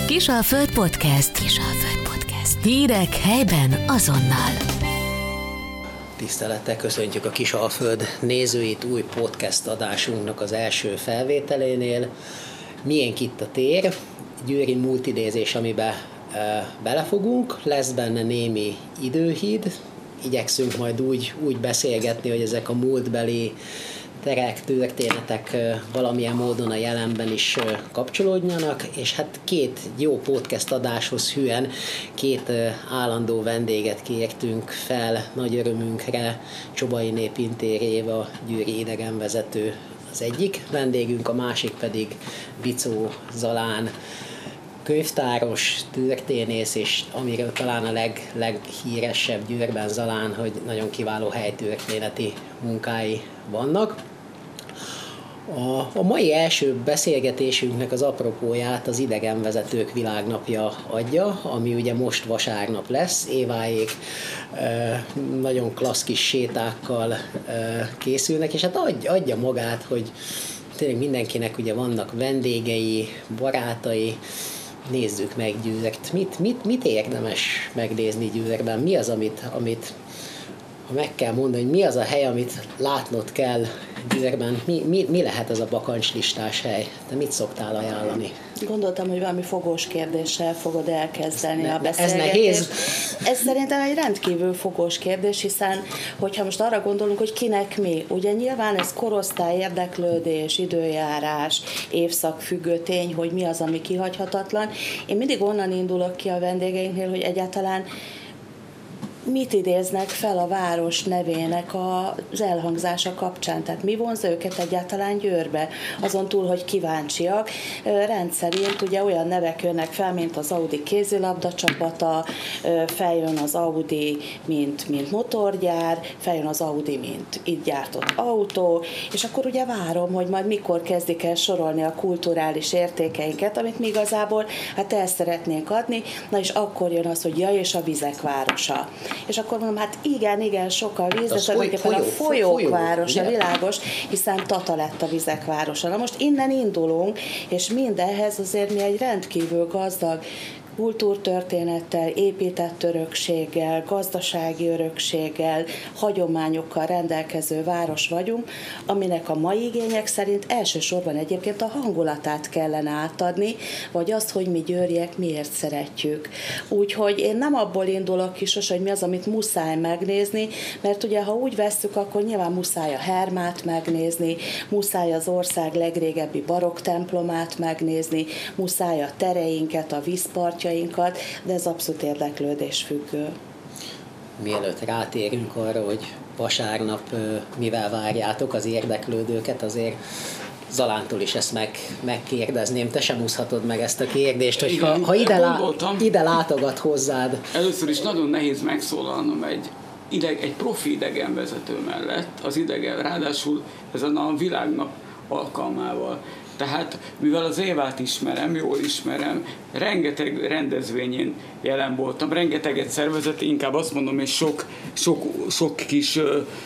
Kisalföld Podcast. Kisalföld Podcast. Hírek helyben azonnal. Tisztelettel köszöntjük a Kisalföld nézőit új podcast adásunknak az első felvételénél. Miénk itt a tér, győri múltidézés, amiben belefogunk, lesz benne némi időhíd, igyekszünk majd úgy beszélgetni, hogy ezek a múltbeli terek, történetek valamilyen módon a jelenben is kapcsolódjanak, és hát két jó podcast adáshoz hűen két állandó vendéget kértünk fel nagy örömünkre. Csobai Népintér Éva, győri idegenvezető az egyik vendégünk, a másik pedig Vicó Zalán, könyvtáros, történész, és amiről talán a leghíresebb Győrben Zalán, hogy nagyon kiváló helytörténeti munkái vannak. A mai első beszélgetésünknek az apropóját az Idegenvezetők Világnapja adja, ami ugye most vasárnap lesz. Éváék nagyon klassz kis sétákkal készülnek, és hát adja magát, hogy tényleg mindenkinek ugye vannak vendégei, barátai. Nézzük meg Győrt. Mit érdemes megnézni Győrben? Mi az, amit ha meg kell mondani, hogy mi az a hely, amit látnod kell Győrben? Mi lehet ez a bakancslistás hely? Te mit szoktál ajánlani? Gondoltam, hogy valami fogós kérdéssel fogod elkezdeni a beszélgetést. Ez nehéz? Ez szerintem egy rendkívül fogós kérdés, hiszen hogyha most arra gondolunk, hogy kinek mi, ugye nyilván ez korosztály, érdeklődés, időjárás, évszak függő tény, hogy mi az, ami kihagyhatatlan. Én mindig onnan indulok ki a vendégeinknél, hogy egyáltalán mit idéznek fel a város nevének az elhangzása kapcsán, tehát mi vonza őket egyáltalán Győrbe, azon túl, hogy kíváncsiak. Rendszerint ugye olyan nevek jönnek fel, mint az Audi kézilabda csapata, feljön az Audi, mint motorgyár, feljön az Audi, mint itt gyártott autó, és akkor ugye várom, hogy majd mikor kezdik el sorolni a kulturális értékeinket, amit mi igazából hát el szeretnénk adni, na és akkor jön az, hogy és a vizek városa. És akkor mondom, hát igen, sok a víz, de tulajdonképpen a folyók városa, világos, hiszen Tata lett a vizek városa. Na most innen indulunk, és mindehhez azért mi egy rendkívül gazdag kultúrtörténettel, épített örökséggel, gazdasági örökséggel, hagyományokkal rendelkező város vagyunk, aminek a mai igények szerint elsősorban egyébként a hangulatát kellene átadni, vagy azt, hogy mi győriek miért szeretjük. Úgyhogy én nem abból indulok ki sose, hogy mi az, amit muszáj megnézni, mert ugye ha úgy vesszük, akkor nyilván muszáj a Hermát megnézni, muszáj az ország legrégebbi barokk templomát megnézni, muszáj a tereinket, a vízpartjainkat, de ez abszolút érdeklődés függő. Mielőtt rátérünk arra, hogy vasárnap mivel várjátok az érdeklődőket, azért Zalántól is ezt megkérdezném. Te sem úszhatod meg ezt a kérdést, hogy igen, ha ide látogat hozzád. Először is nagyon nehéz megszólalnom egy profi idegenvezető mellett, az idegen, ráadásul ezen a világnap alkalmával. Tehát, mivel az Évát jól ismerem, rengeteg rendezvényén jelen voltam, rengeteget szervezett, inkább azt mondom, hogy sok kis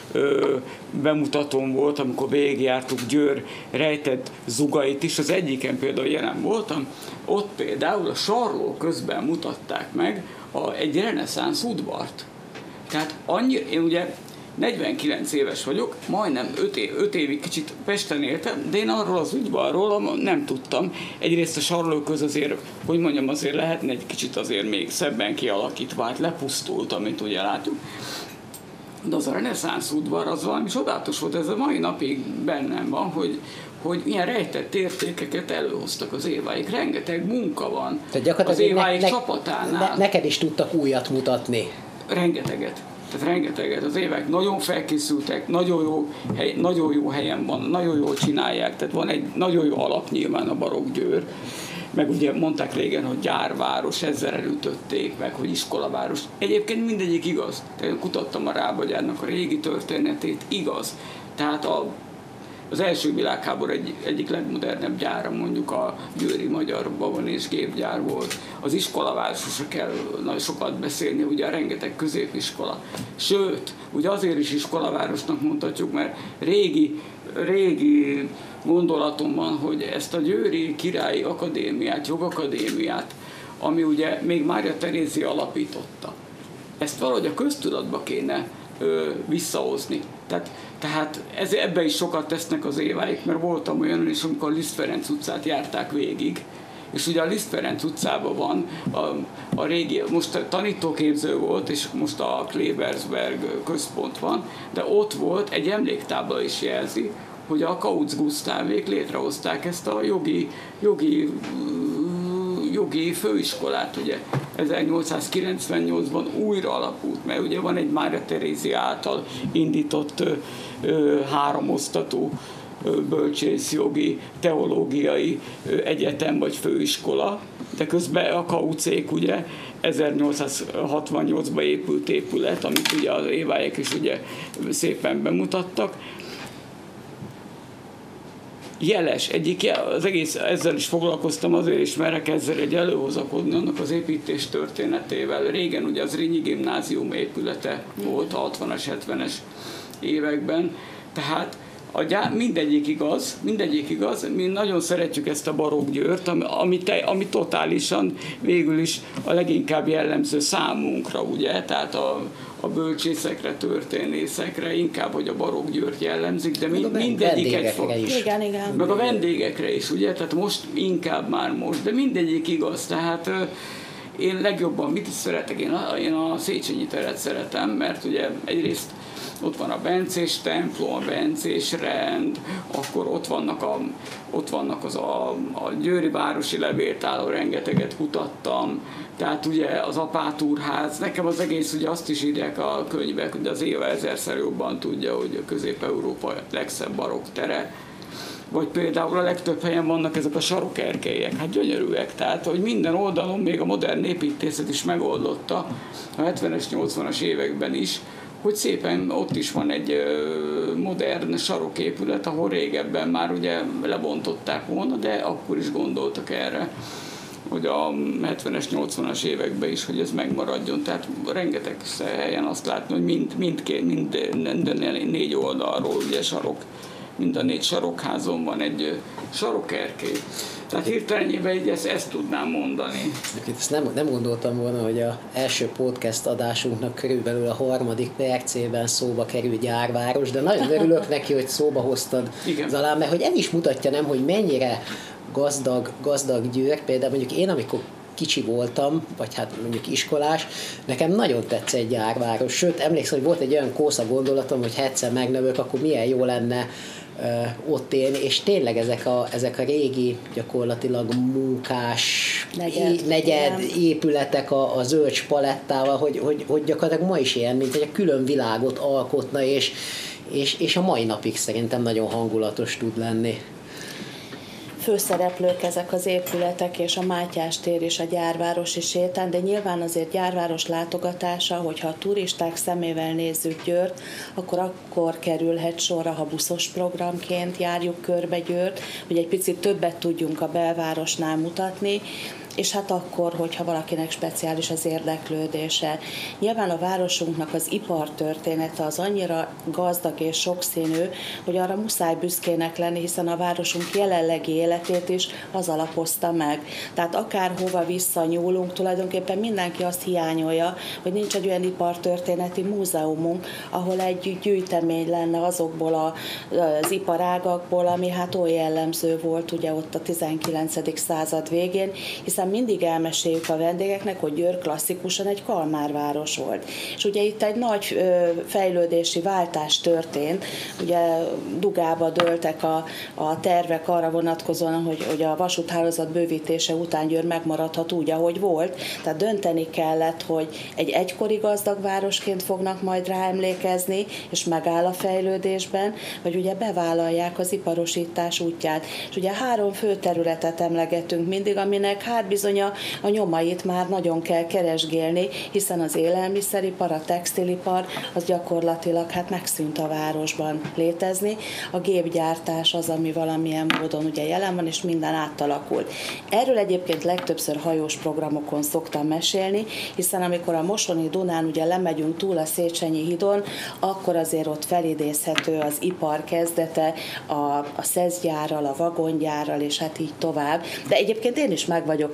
bemutatón volt, amikor végigjártuk Győr rejtett zugait is, az egyiken például jelen voltam, ott például a sarló közben mutatták meg egy reneszánsz udvart. Tehát én ugye 49 éves vagyok, majdnem 5 évig kicsit Pesten éltem, de én arról az udvarról nem tudtam. Egyrészt a sarlóköz azért, hogy mondjam, azért lehetne egy kicsit azért még szebben kialakítva, hát lepusztult, amit ugye látjuk. De az a reneszánsz udvar, az valami csodálatos volt, ez a mai napig bennem van, hogy ilyen rejtett értékeket előhoztak az Éváik. Rengeteg munka van az Éváik csapatánál. Neked is tudtak újat mutatni. Rengeteget. Tehát rengeteget. Az Évek nagyon felkészültek, nagyon jó helyen van, nagyon jól csinálják, tehát van egy nagyon jó alap nyilván a barokk Győr, meg ugye mondták régen, hogy gyárváros, ezzel elütötték, meg hogy iskolaváros. Egyébként mindegyik igaz. Tehát kutattam a Rába gyárnak a régi történetét, igaz. Tehát az első világháború egyik legmodernebb gyára mondjuk a győri magyar babon és gépgyár volt. Az iskolavárosra kell nagyon sokat beszélni, ugye rengeteg középiskola. Sőt, ugye azért is iskolavárosnak mondhatjuk, mert régi gondolatom van, hogy ezt a Győri Királyi Akadémiát, Jogakadémiát ami ugye még Mária Terézia alapította. Ezt valahogy a köztudatba kéne visszahozni. Tehát ebbe is sokat tesznek az éváik, mert voltam olyan is, amikor a Liszt Ferenc utcát járták végig, és ugye a Liszt Ferenc utcában van a régi, most a tanítóképző volt, és most a Klebersberg központ van, de ott volt egy emléktábla is jelzi, hogy a Kautz Gusztávék létrehozták ezt a jogi főiskolát, ugye 1898-ban újra alapult, mert ugye van egy Mária Terézia által indított háromosztatú bölcsészjogi, teológiai egyetem vagy főiskola, de közben a Kautzék ugye 1868-ban épült épület, amit ugye az évályek is ugye szépen bemutattak. Jeles, az egész, ezzel is foglalkoztam, azért is merek ezzel egy előhozakodni annak az építés történetével. Régen ugye az Rényi Gimnázium épülete volt a 60-as, 70-es években, tehát mindegyik igaz, mi nagyon szeretjük ezt a barokk Győrt, ami totálisan végül is a leginkább jellemző számunkra, ugye, tehát a bölcsészekre, történészekre inkább, hogy a barokk Győrt jellemzik, de mindegyik egyfajta. Igen. Meg a vendégekre is, ugye, tehát most inkább már most, de mindegyik igaz, tehát én legjobban mit is szeretek, én a Széchenyi teret szeretem, mert ugye egyrészt ott van a bencés templom, a bencés rend, akkor ott vannak a győri városi levéltárról, rengeteget kutattam, tehát ugye az apátúrház, nekem az egész, ugye azt is írják a könyvek, hogy az Éva ezerszer jobban tudja, hogy a Közép-Európa legszebb barokk tere, vagy például a legtöbb helyen vannak ezek a sarokerkélyek, hát gyönyörűek, tehát hogy minden oldalon még a modern építészet is megoldotta, a 70-es, 80-as években is, hogy szépen ott is van egy modern saroképület, ahol régebben már ugye lebontották volna, de akkor is gondoltak erre, hogy a 70-es, 80-as években is, hogy ez megmaradjon. Tehát rengeteg helyen azt látni, hogy mind 4 oldalról ugye mind a 4 sarokházon van egy sarokerkély. Tehát hirtelenjében ezt tudnám mondani. Ezt nem gondoltam volna, hogy az első podcast adásunknak körülbelül a 3. percében szóba kerül Gyárváros, de nagyon örülök neki, hogy szóba hoztad, Zalán, mert hogy ez is mutatja, nem, hogy mennyire gazdag Győr. Például mondjuk én, amikor kicsi voltam, vagy hát mondjuk iskolás, nekem nagyon tetszett Gyárváros. Sőt, emlékszem, hogy volt egy olyan kósza gondolatom, hogy ha egyszer megnövök, akkor milyen jó lenne ott élni, és tényleg ezek a régi, gyakorlatilag munkás negyed épületek a zöld palettával, hogy gyakorlatilag ma is ilyen, mint hogy egy külön világot alkotna, és a mai napig szerintem nagyon hangulatos tud lenni. Főszereplők ezek az épületek, és a Mátyás tér és a Gyárvárosi sétán, de nyilván azért Gyárváros látogatása, hogyha a turisták szemével nézzük Győrt, akkor kerülhet sorra, ha buszos programként járjuk körbe Győrt, hogy egy picit többet tudjunk a belvárosnál mutatni, és hát akkor, hogyha valakinek speciális az érdeklődése. Nyilván a városunknak az ipartörténete az annyira gazdag és sokszínű, hogy arra muszáj büszkének lenni, hiszen a városunk jelenlegi életét is az alapozta meg. Tehát akárhova visszanyúlunk, tulajdonképpen mindenki azt hiányolja, hogy nincs egy olyan ipartörténeti múzeumunk, ahol egy gyűjtemény lenne azokból az iparágakból, ami hát oly jellemző volt ugye ott a 19. század végén, hiszen mindig elmeséljük a vendégeknek, hogy Győr klasszikusan egy kalmárváros volt. És ugye itt egy nagy fejlődési váltás történt, ugye dugába dőltek a tervek arra vonatkozóan, hogy a vasúthálózat bővítése után Győr megmaradhat úgy, ahogy volt. Tehát dönteni kellett, hogy egy egykori gazdag városként fognak majd rá emlékezni, és megáll a fejlődésben, vagy ugye bevállalják az iparosítás útját. És ugye 3 fő területet emlegetünk mindig, aminek hát bizony a nyomait már nagyon kell keresgélni, hiszen az élelmiszeripar, a textilipar az gyakorlatilag hát megszűnt a városban létezni. A gépgyártás az, ami valamilyen módon ugye jelen van, és minden átalakult. Erről egyébként legtöbbször hajós programokon szoktam mesélni, hiszen amikor a Mosoni Dunán ugye lemegyünk túl a Széchenyi hídon, akkor azért ott felidézhető az ipar kezdete, a szeszgyárral, a vagongyárral, és hát így tovább. De egyébként én is meg vagyok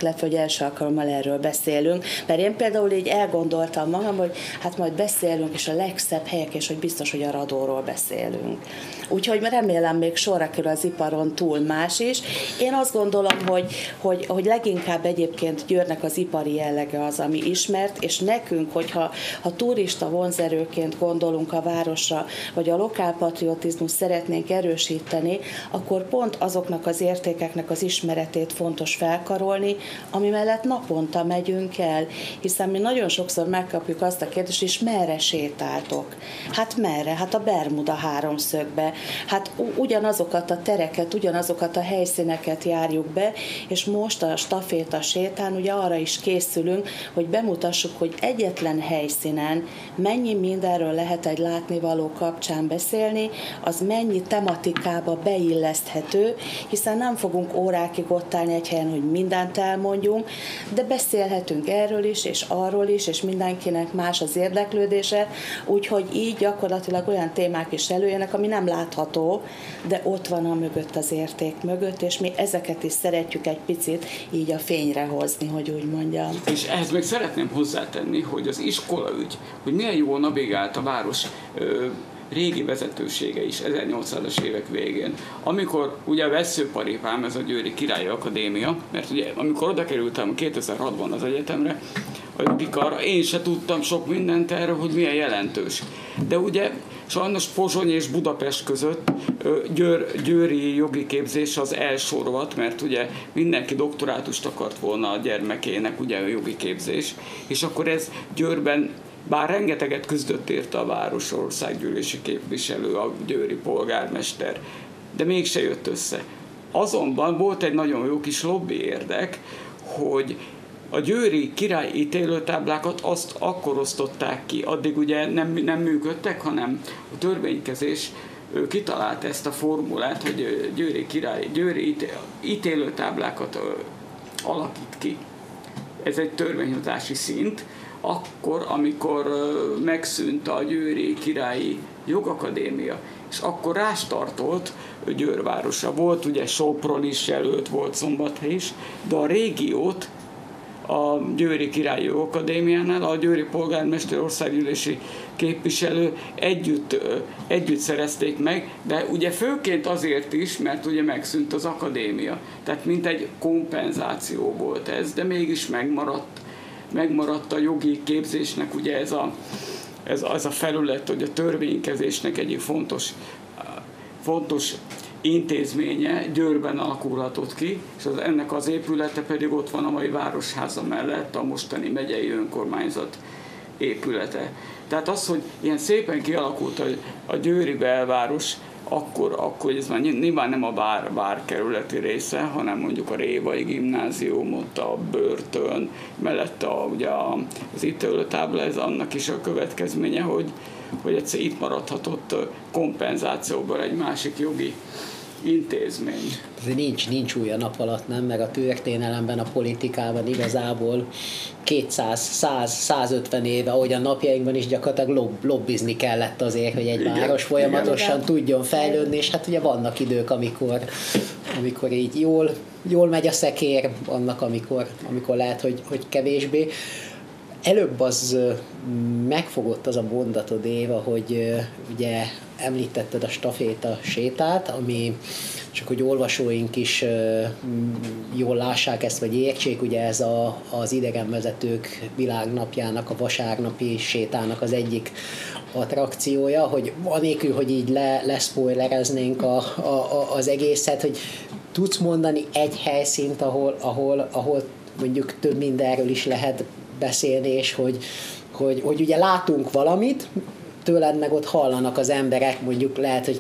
meglepve, hogy első alkalommal erről beszélünk, mert én például így elgondoltam magam, hogy hát majd beszélünk, és a legszebb helyek, és hogy biztos, hogy a radóról beszélünk. Úgyhogy remélem még sorra kerül az iparon túl más is. Én azt gondolom, hogy leginkább egyébként Győrnek az ipari jellege az, ami ismert, és nekünk, hogyha turista vonzerőként gondolunk a városra, vagy a lokálpatriotizmus szeretnénk erősíteni, akkor pont azoknak az értékeknek az ismeretét fontos felkarolni, ami mellett naponta megyünk el, hiszen mi nagyon sokszor megkapjuk azt a kérdést, és merre sétáltok? Hát merre? Hát a Bermuda háromszögbe. Hát ugyanazokat a tereket, ugyanazokat a helyszíneket járjuk be, és most a staféta sétán ugye arra is készülünk, hogy bemutassuk, hogy egyetlen helyszínen mennyi mindenről lehet egy látnivaló kapcsán beszélni, az mennyi tematikába beilleszthető, hiszen nem fogunk órákig ott állni egy helyen, hogy mindent elmondjunk, de beszélhetünk erről is, és arról is, és mindenkinek más az érdeklődése, úgyhogy így gyakorlatilag olyan témák is előjönnek, ami nem látható, de ott van a mögött, az érték mögött, és mi ezeket is szeretjük egy picit így a fényre hozni, hogy úgy mondjam. És ehhez még szeretném hozzátenni, hogy az iskolaügy, hogy milyen jól navigált a város régi vezetősége is 1800-as évek végén. Amikor ugye a vesszőparipám, ez a Győri Királyi Akadémia, mert ugye amikor oda kerültem 2006-ban az egyetemre, a jogikarra, én se tudtam sok mindent erről, hogy milyen jelentős. De ugye sajnos Pozsony és Budapest között győri jogi képzés az elsorvadt, mert ugye mindenki doktorátust akart volna a gyermekének, ugye a jogi képzés, és akkor ez Győrben, bár rengeteget küzdött érte a város országgyűlési képviselő, a győri polgármester, de mégse jött össze. Azonban volt egy nagyon jó kis lobby érdek, hogy a győri királyi ítélőtáblákat azt akkor osztották ki, addig ugye nem működtek, hanem a törvénykezés kitalált ezt a formulát, hogy győri ítélőtáblákat alakít ki. Ez egy törvényhozási szint. Akkor, amikor megszűnt a Győri Királyi Jogakadémia, és akkor rástartolt Győr városa. Volt ugye Sopron is jelölt, volt Szombathely is, de a régiót a Győri Királyi Jogakadémiánál a győri polgármester országgyűlési képviselő együtt szerezték meg, de ugye főként azért is, mert ugye megszűnt az akadémia. Tehát mint egy kompenzáció volt ez, de mégis megmaradt a jogi képzésnek ugye ez a felület, hogy a törvénykezésnek egyik fontos intézménye Győrben alakulhatott ki, és ennek az épülete pedig ott van a mai Városháza mellett, a mostani megyei önkormányzat épülete. Tehát az, hogy ilyen szépen kialakult a győri belváros, akkor ez már nyilván nem a várkerületi része, hanem mondjuk a Révai Gimnázium, ott a börtön, mellett ugye az ítélőtábla, ez annak is a következménye, hogy egyszer itt maradhatott kompenzációból egy másik jogi intézmény. Nincs új a nap alatt, nem? Meg a történelemben, a politikában igazából 200-150 éve, ahogy a napjainkban is gyakorlatilag lobbizni kellett azért, hogy egy város folyamatosan tudjon fejlődni, és hát ugye vannak idők, amikor így jól megy a szekér, annak, amikor lehet, hogy kevésbé. Előbb az megfogott az a mondatod, Éva, hogy ugye említetted a staféta sétát, ami csak hogy olvasóink is jól lássák ezt, vagy értsék, ugye ez az idegenvezetők világnapjának, a vasárnapi sétának az egyik attrakciója, hogy anélkül, hogy így leszpoilereznénk az egészet, hogy tudsz mondani egy helyszínt, ahol mondjuk több mindenről is lehet beszélni, és hogy ugye látunk valamit, tőled meg ott hallanak az emberek, mondjuk lehet, hogy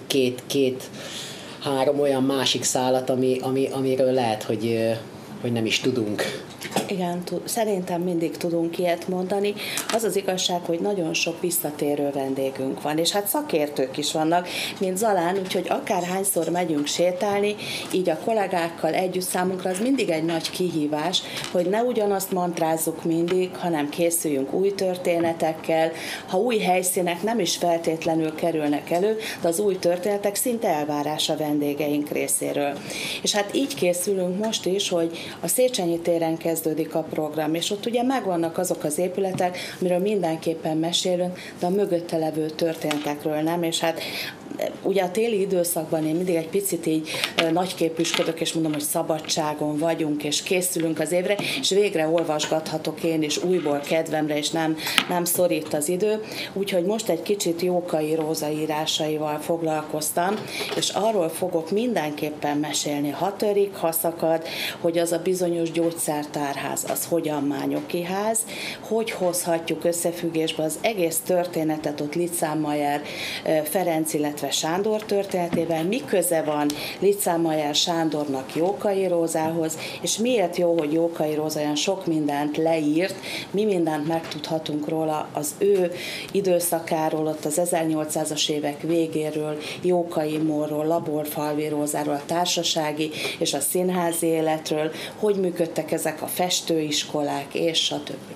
két-három olyan másik szálat, amiről lehet, hogy nem is tudunk. Igen, szerintem mindig tudunk ilyet mondani. Az az igazság, hogy nagyon sok visszatérő vendégünk van, és hát szakértők is vannak, mint Zalán, úgyhogy akárhányszor megyünk sétálni, így a kollégákkal együtt számunkra az mindig egy nagy kihívás, hogy ne ugyanazt mantrázzuk mindig, hanem készüljünk új történetekkel. Ha új helyszínek nem is feltétlenül kerülnek elő, de az új történetek szinte elvárás a vendégeink részéről. És hát így készülünk most is, hogy a Széchenyi téren kezdődik a program, és ott ugye megvannak azok az épületek, amiről mindenképpen mesélünk, de a mögötte levő történetekről nem, és hát ugye a téli időszakban én mindig egy picit így nagyképűsködök, és mondom, hogy szabadságon vagyunk, és készülünk az évre, és végre olvasgathatok én is újból kedvemre, és nem szorít az idő. Úgyhogy most egy kicsit Jókai Róza írásaival foglalkoztam, és arról fogok mindenképpen mesélni, ha törik, ha szakad, hogy az a bizonyos gyógyszertárház, az hogyan Mányoki-ház, hogy hozhatjuk összefüggésbe az egész történetet ott Litzán-Mayer Ferenc, illetve Sándor történetével, mi köze van Litzán-Mayer Sándornak Jókai Rózához, és miért jó, hogy Jókai Róza olyan sok mindent leírt, mi mindent megtudhatunk róla az ő időszakáról, ott az 1800-as évek végéről, Jókai Imréről, Laborfalvi Rózáról, a társasági és a színházi életről, hogy működtek ezek a festőiskolák, és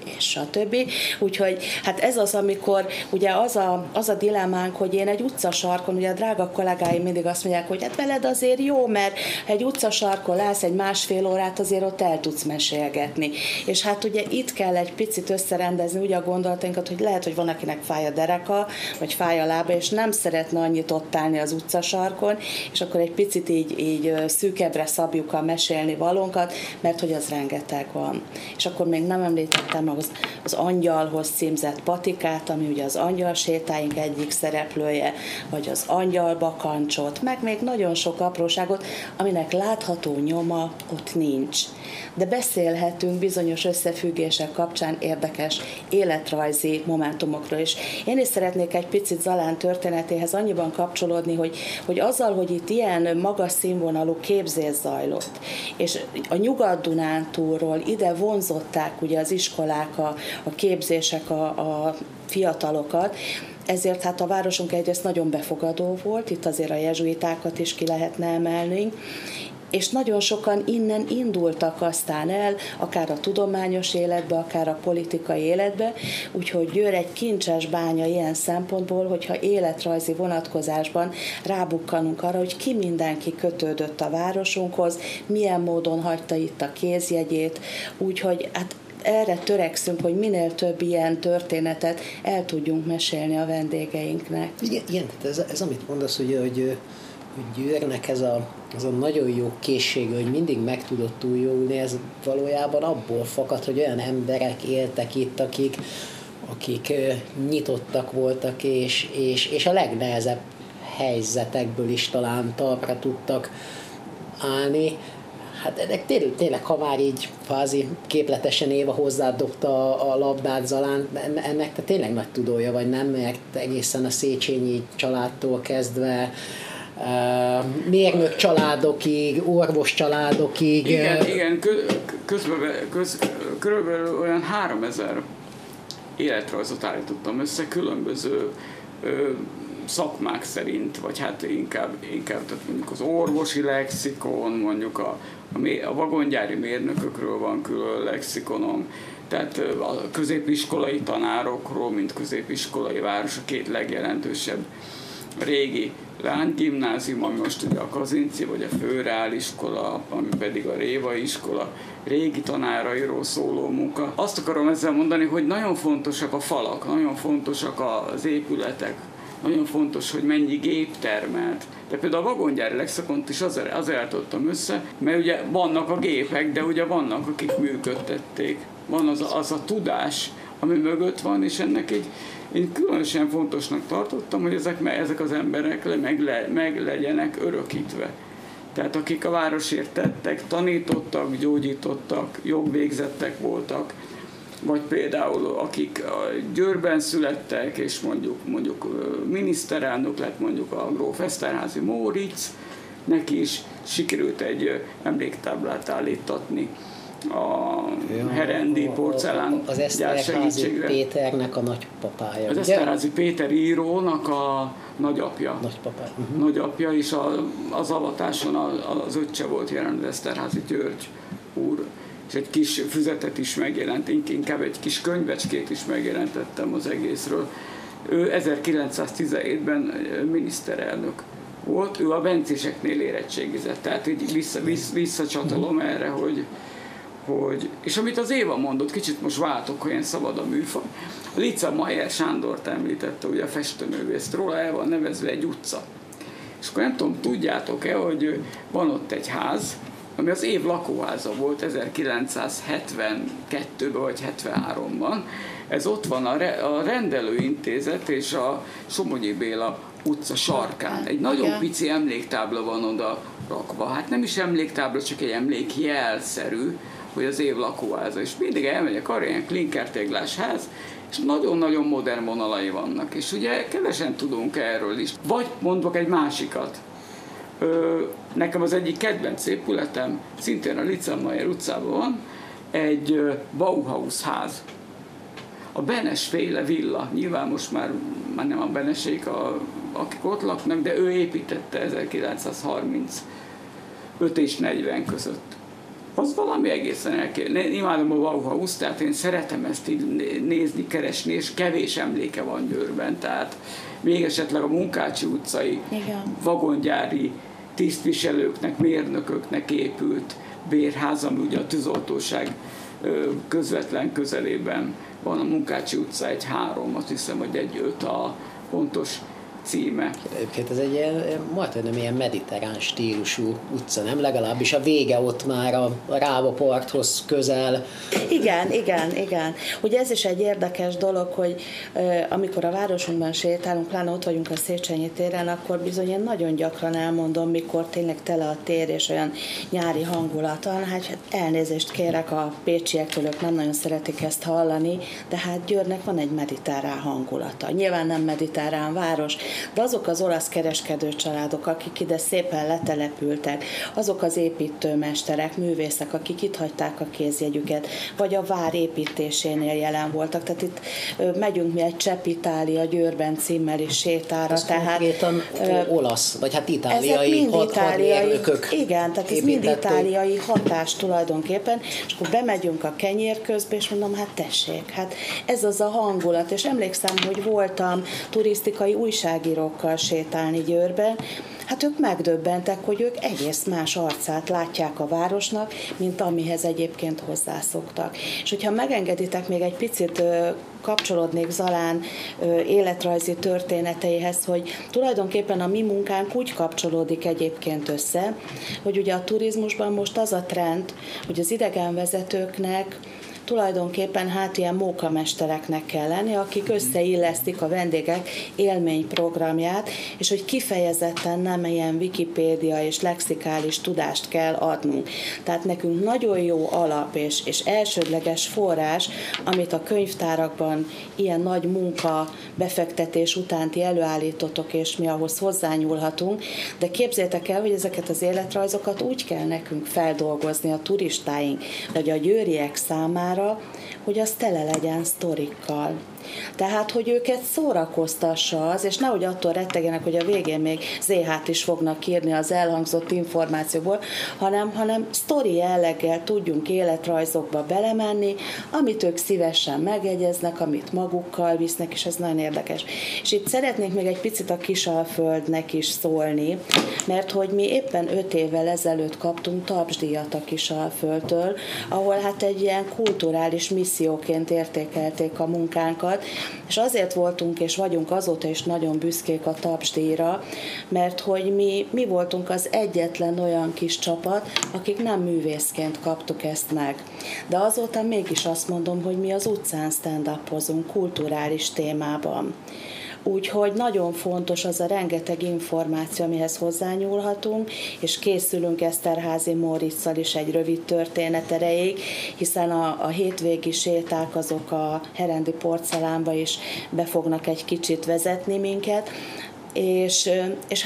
stb. Úgyhogy hát ez az, amikor ugye az a dilemmánk, hogy én egy utcasarkon, ugye a drága kollégáim mindig azt mondják, hogy hát veled azért jó, mert egy utcasarkon állsz egy másfél órát, azért ott el tudsz mesélgetni. És hát ugye itt kell egy picit összerendezni ugye a gondolatainkat, hogy lehet, hogy van, akinek fáj a dereka, vagy fáj a lába, és nem szeretne annyit ott állni az utcasarkon, és akkor egy picit így szűkebbre szabjuk a mesélni valónkat, mert hogy az rengeteg van. És akkor még nem említettem az Angyalhoz címzett patikát, ami ugye az angyal sétáink egyik szereplője, vagy az angyalbakancsot, meg még nagyon sok apróságot, aminek látható nyoma ott nincs. De beszélhetünk bizonyos összefüggések kapcsán érdekes életrajzi momentumokról is. Én is szeretnék egy picit Zalán történetéhez annyiban kapcsolódni, hogy azzal, hogy itt ilyen magas színvonalú képzés zajlott, és a Nyugat-Dunántúlról ide vonzották ugye az iskolák, a képzések a fiatalokat, ezért hát a városunk egyrészt nagyon befogadó volt, itt azért a jezsuitákat is ki lehetne emelni, és nagyon sokan innen indultak aztán el, akár a tudományos életbe, akár a politikai életbe, úgyhogy Győr egy kincses bánya ilyen szempontból, hogyha életrajzi vonatkozásban rábukkanunk arra, hogy ki mindenki kötődött a városunkhoz, milyen módon hagyta itt a kézjegyét, úgyhogy hát erre törekszünk, hogy minél több ilyen történetet el tudjunk mesélni a vendégeinknek. Igen, ez amit mondasz, ugye, hogy Győrnek ez a nagyon jó készsége, hogy mindig meg tudott újulni, ez valójában abból fakad, hogy olyan emberek éltek itt, akik nyitottak voltak, és a legnehezebb helyzetekből is talán talpra tudtak állni. Hát ennek tényleg, ha már így kvázi képletesen Éva hozzádobta a labdát Zalán, ennek te tényleg nagy tudója vagy, nem? Mert egészen a Széchenyi családtól kezdve mérnök családokig, orvos családokig. Igen, körülbelül olyan 3000 életrajzot állítottam össze különböző szakmák szerint, vagy hát inkább tehát mondjuk az orvosi lexikon, mondjuk a vagongyári mérnökökről van külön lexikonom, tehát a középiskolai tanárokról, mint középiskolai város, a két legjelentősebb régi lánygimnázium, ami most ugye a Kazinci vagy a Főreáliskola, ami pedig a Réva iskola, régi tanárairól szóló munka. Azt akarom ezzel mondani, hogy nagyon fontosak a falak, nagyon fontosak az épületek, nagyon fontos, hogy mennyi gép termelt. De például a vagongyári lexikont is azért állítottam össze, mert ugye vannak a gépek, de ugye vannak, akik működtették. Van az a tudás, ami mögött van, és ennek én különösen fontosnak tartottam, hogy ezek az emberek meg legyenek örökítve. Tehát akik a városért tettek, tanítottak, gyógyítottak, jogvégzettek voltak, vagy például akik Győrben születtek, és mondjuk miniszterelnök lett, mondjuk a gróf Eszterházy Móricz, neki is sikerült egy emléktáblát állítatni Herendi porcelán az Eszterházy Péternek a nagypapája. Az Eszterházy Péter írónak a nagyapja. Nagypapája. Nagyapja, és az avatáson az öccse volt jelen, az Eszterházy György úr. És egy kis füzetet is megjelent, inkább egy kis könyvecskét is megjelentettem az egészről. Ő 1917-ben miniszterelnök volt, ő a bencéseknél érettségizett, tehát így visszacsatolom erre, hogy és amit az Éva mondott, kicsit most váltok, hogy ilyen szabad a műfaj. Lica Mayer Sándort említette, ugye a festőművészt, róla el van nevezve egy utca. És akkor nem tudom, tudjátok-e, hogy van ott egy ház, ami az év lakóháza volt 1972-ben vagy 73-ban. Ez ott van a rendelőintézet és a Somogyi Béla utca sarkán. Egy nagyon pici emléktábla van oda rakva. Hát nem is emléktábla, csak egy emlékjelszerű, hogy az év lakóháza. És mindig elmegyek arra, ilyen klinkertéglás ház, és nagyon-nagyon modern vonalai vannak. És ugye kevesen tudunk erről is. Vagy mondok egy másikat. Nekem az egyik kedvenc épületem, szintén a Lica Mayer utcában van, egy Bauhaus ház. A Benes féle villa, nyilván most már nem a Benesék, akik ott laknak, de ő építette 1935 és 40 között. Az valami egészen elképzelhető. Imádom a Bauhaus, tehát én szeretem ezt így nézni, keresni, és kevés emléke van Győrben, tehát még esetleg a Munkácsi utcai vagongyári tisztviselőknek, mérnököknek épült bérház, ami ugye a tűzoltóság közvetlen közelében van, a Munkácsi utca 1-3, azt hiszem, hogy 1-5 a pontos címe. Egyébként ez egy ilyen, majdnem ilyen mediterrán stílusú utca, nem? Legalábbis a vége ott már a Ráva parthoz közel. Igen. Ugye ez is egy érdekes dolog, hogy amikor a városunkban sétálunk, pláne ott vagyunk a Széchenyi téren, akkor bizony én nagyon gyakran elmondom, mikor tényleg tele a tér és olyan nyári hangulaton, hát elnézést kérek a pécsiektől, ők nem nagyon szeretik ezt hallani, de hát Győrnek van egy mediterrán hangulata. Nyilván nem mediterrán város, de azok az olasz kereskedő családok, akik ide szépen letelepültek, azok az építőmesterek, művészek, akik itt hagyták a kézjegyüket, vagy a vár építésénél jelen voltak. Tehát itt megyünk mi egy Csepp Itália Győrben címmel is sétára. Ez tehát konkrétan olasz, vagy hát itáliai hadmérnökök. Igen, tehát ez mind itáliai hatás tulajdonképpen, és akkor bemegyünk a kenyérközbe, és mondom, hát tessék, hát ez az a hangulat, és emlékszem, hogy voltam turisztikai újságírókkal sétálni Győrben, hát ők megdöbbentek, hogy ők egész más arcát látják a városnak, mint amihez egyébként hozzászoktak. És hogyha megengeditek, még egy picit kapcsolódnék Zalán életrajzi történeteihez, hogy tulajdonképpen a mi munkánk úgy kapcsolódik egyébként össze, hogy ugye a turizmusban most az a trend, hogy az idegenvezetőknek tulajdonképpen hát ilyen mókamestereknek kell lenni, akik összeillesztik a vendégek élményprogramját, és hogy kifejezetten nem ilyen Wikipédia és lexikális tudást kell adnunk. Tehát nekünk nagyon jó alap és elsődleges forrás, amit a könyvtárakban ilyen nagy munka, befektetés után ti előállítotok, és mi ahhoz hozzányúlhatunk, de képzeljétek el, hogy ezeket az életrajzokat úgy kell nekünk feldolgozni a turistáink, vagy a győriek számára, hogy az tele legyen sztorikkal. Tehát, hogy őket szórakoztassa az, és nehogy attól rettegjenek, hogy a végén még ZH-t is fognak írni az elhangzott információból, hanem sztori jelleggel tudjunk életrajzokba belemenni, amit ők szívesen megegyeznek, amit magukkal visznek, és ez nagyon érdekes. És itt szeretnék még egy picit a Kisalföldnek is szólni, mert hogy mi éppen 5 évvel ezelőtt kaptunk tapsdíjat a Kisalföldtől, ahol hát egy ilyen kulturális misszióként értékelték a munkánkat, és azért voltunk és vagyunk azóta is nagyon büszkék a tapsdíjra, mert hogy mi voltunk az egyetlen olyan kis csapat, akik nem művészként kaptuk ezt meg. De azóta mégis azt mondom, hogy mi az utcán stand-upozunk kulturális témában. Úgyhogy nagyon fontos az a rengeteg információ, amihez hozzányúlhatunk, és készülünk Eszterházy Móriczal is egy rövid történet erejéig, hiszen a hétvégi séták azok a Herendi porcelánba is be fognak egy kicsit vezetni minket, és hát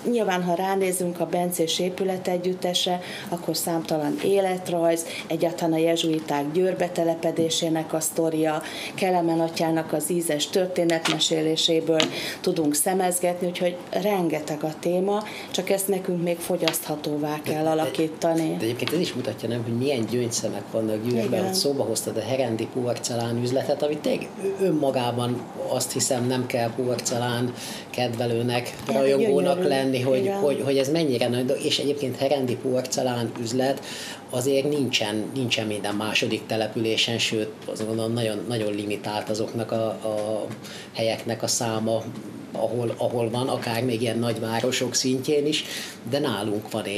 nyilván, ha ránézünk a bencés épületegyüttesre, akkor számtalan életrajz, egyáltalán a jezsuiták Győrbe telepedésének a sztoria, Kelemen atyának az ízes történetmeséléséből tudunk szemezgetni, úgyhogy rengeteg a téma, csak ezt nekünk még fogyaszthatóvá kell alakítani. De egyébként ez is mutatja, nem, hogy milyen gyöngyszemek vannak Győrben, hogy szóba hoztad a herendi porcelán üzletet, amit tényleg önmagában azt hiszem nem kell porcelán kedvelőnek, rajongónak lenni, hogy ez mennyire nagy, és egyébként herendi porcelán üzlet azért nincsen minden második településen, sőt, azt gondolom nagyon, nagyon limitált azoknak a helyeknek a száma, ahol van, akár még ilyen nagyvárosok szintjén is, de nálunk van,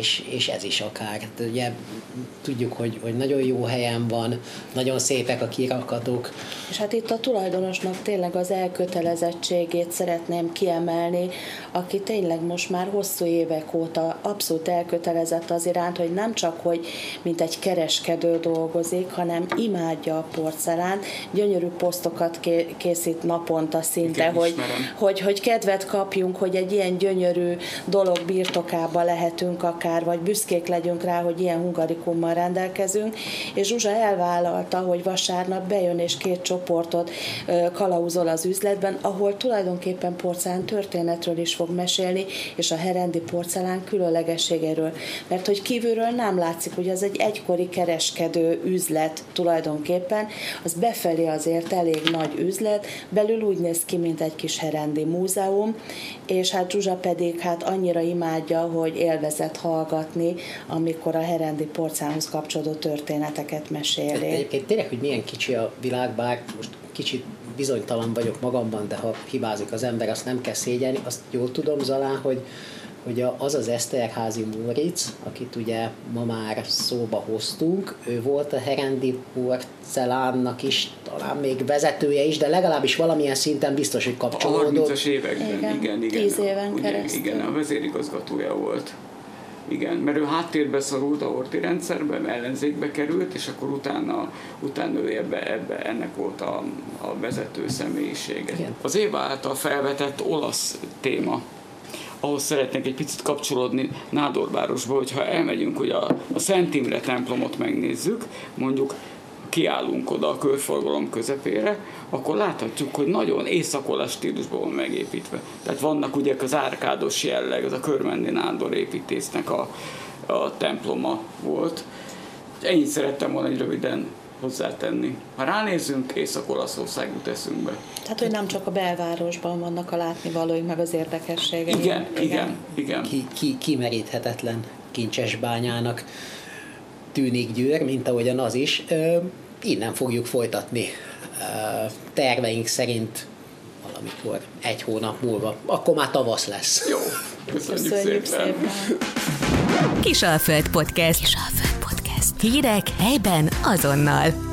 és ez is akár. Ugye tudjuk, hogy nagyon jó helyen van, nagyon szépek a kirakatok. És hát itt a tulajdonosnak tényleg az elkötelezettségét szeretném kiemelni, aki tényleg most már hosszú évek óta abszolút elkötelezett az iránt, hogy nem csak, hogy mint egy kereskedő dolgozik, hanem imádja a porcelánt, gyönyörű posztokat készít naponta szinte, hogy kedvet kapjunk, hogy egy ilyen gyönyörű dolog birtokába lehetünk akár, vagy büszkék legyünk rá, hogy ilyen hungarikummal rendelkezünk, és Zsuzsa elvállalta, hogy vasárnap bejön és 2 csoportot kalauzol az üzletben, ahol tulajdonképpen porcelán történetről is fog mesélni, és a herendi porcelán különlegességéről. Mert hogy kívülről nem látszik, hogy ez egy egykori kereskedő üzlet tulajdonképpen, az befelé azért elég nagy üzlet, belül úgy néz ki, mint egy kis herendi múzeum, és hát Zsuzsa pedig annyira imádja, hogy élvezett hallgatni, amikor a herendi porcelánhoz kapcsolódó történeteket meséli. Egyébként tényleg, hogy milyen kicsi a világ, bár most kicsit bizonytalan vagyok magamban, de ha hibázik az ember, azt nem kell szégyelni. Azt jól tudom, Zalán, hogy az az Eszterházy Móricz, akit ugye ma már szóba hoztunk, ő volt a herendi porcelánnak is, talán még vezetője is, de legalábbis valamilyen szinten biztos, hogy kapcsolódott. A 30-as években, igen. 10 éven keresztül. Igen, a vezérigazgatója volt. Igen, mert ő háttérbe szorult a Horthy rendszerbe, ellenzékbe került, és akkor utána ő ennek volt a vezető személyisége. Igen. Az Éva által felvetett olasz téma, ahhoz szeretnék egy picit kapcsolódni Nádorvárosba, hogyha elmegyünk, hogy a Szent Imre templomot megnézzük, mondjuk kiállunk oda a körforgalom közepére, akkor láthatjuk, hogy nagyon észak-olasz stílusban van megépítve. Tehát vannak ugye az árkádos jelleg, az a Körmendi Nádor építésznek a temploma volt. Ennyit szerettem volna egy röviden hozzátenni. Ha ránézzünk, Észak-Olaszország jut eszünkbe. Tehát, hogy nem csak a belvárosban vannak a látnivalóink, meg az érdekességek. Igen. Kimeríthetetlen kincses bányának tűnik Győr, mint ahogyan az is. Innen fogjuk folytatni terveink szerint valamikor 1 hónap múlva. Akkor már tavasz lesz. Jó, köszönjük szépen. Kisalföld Podcast. Hírek helyben azonnal.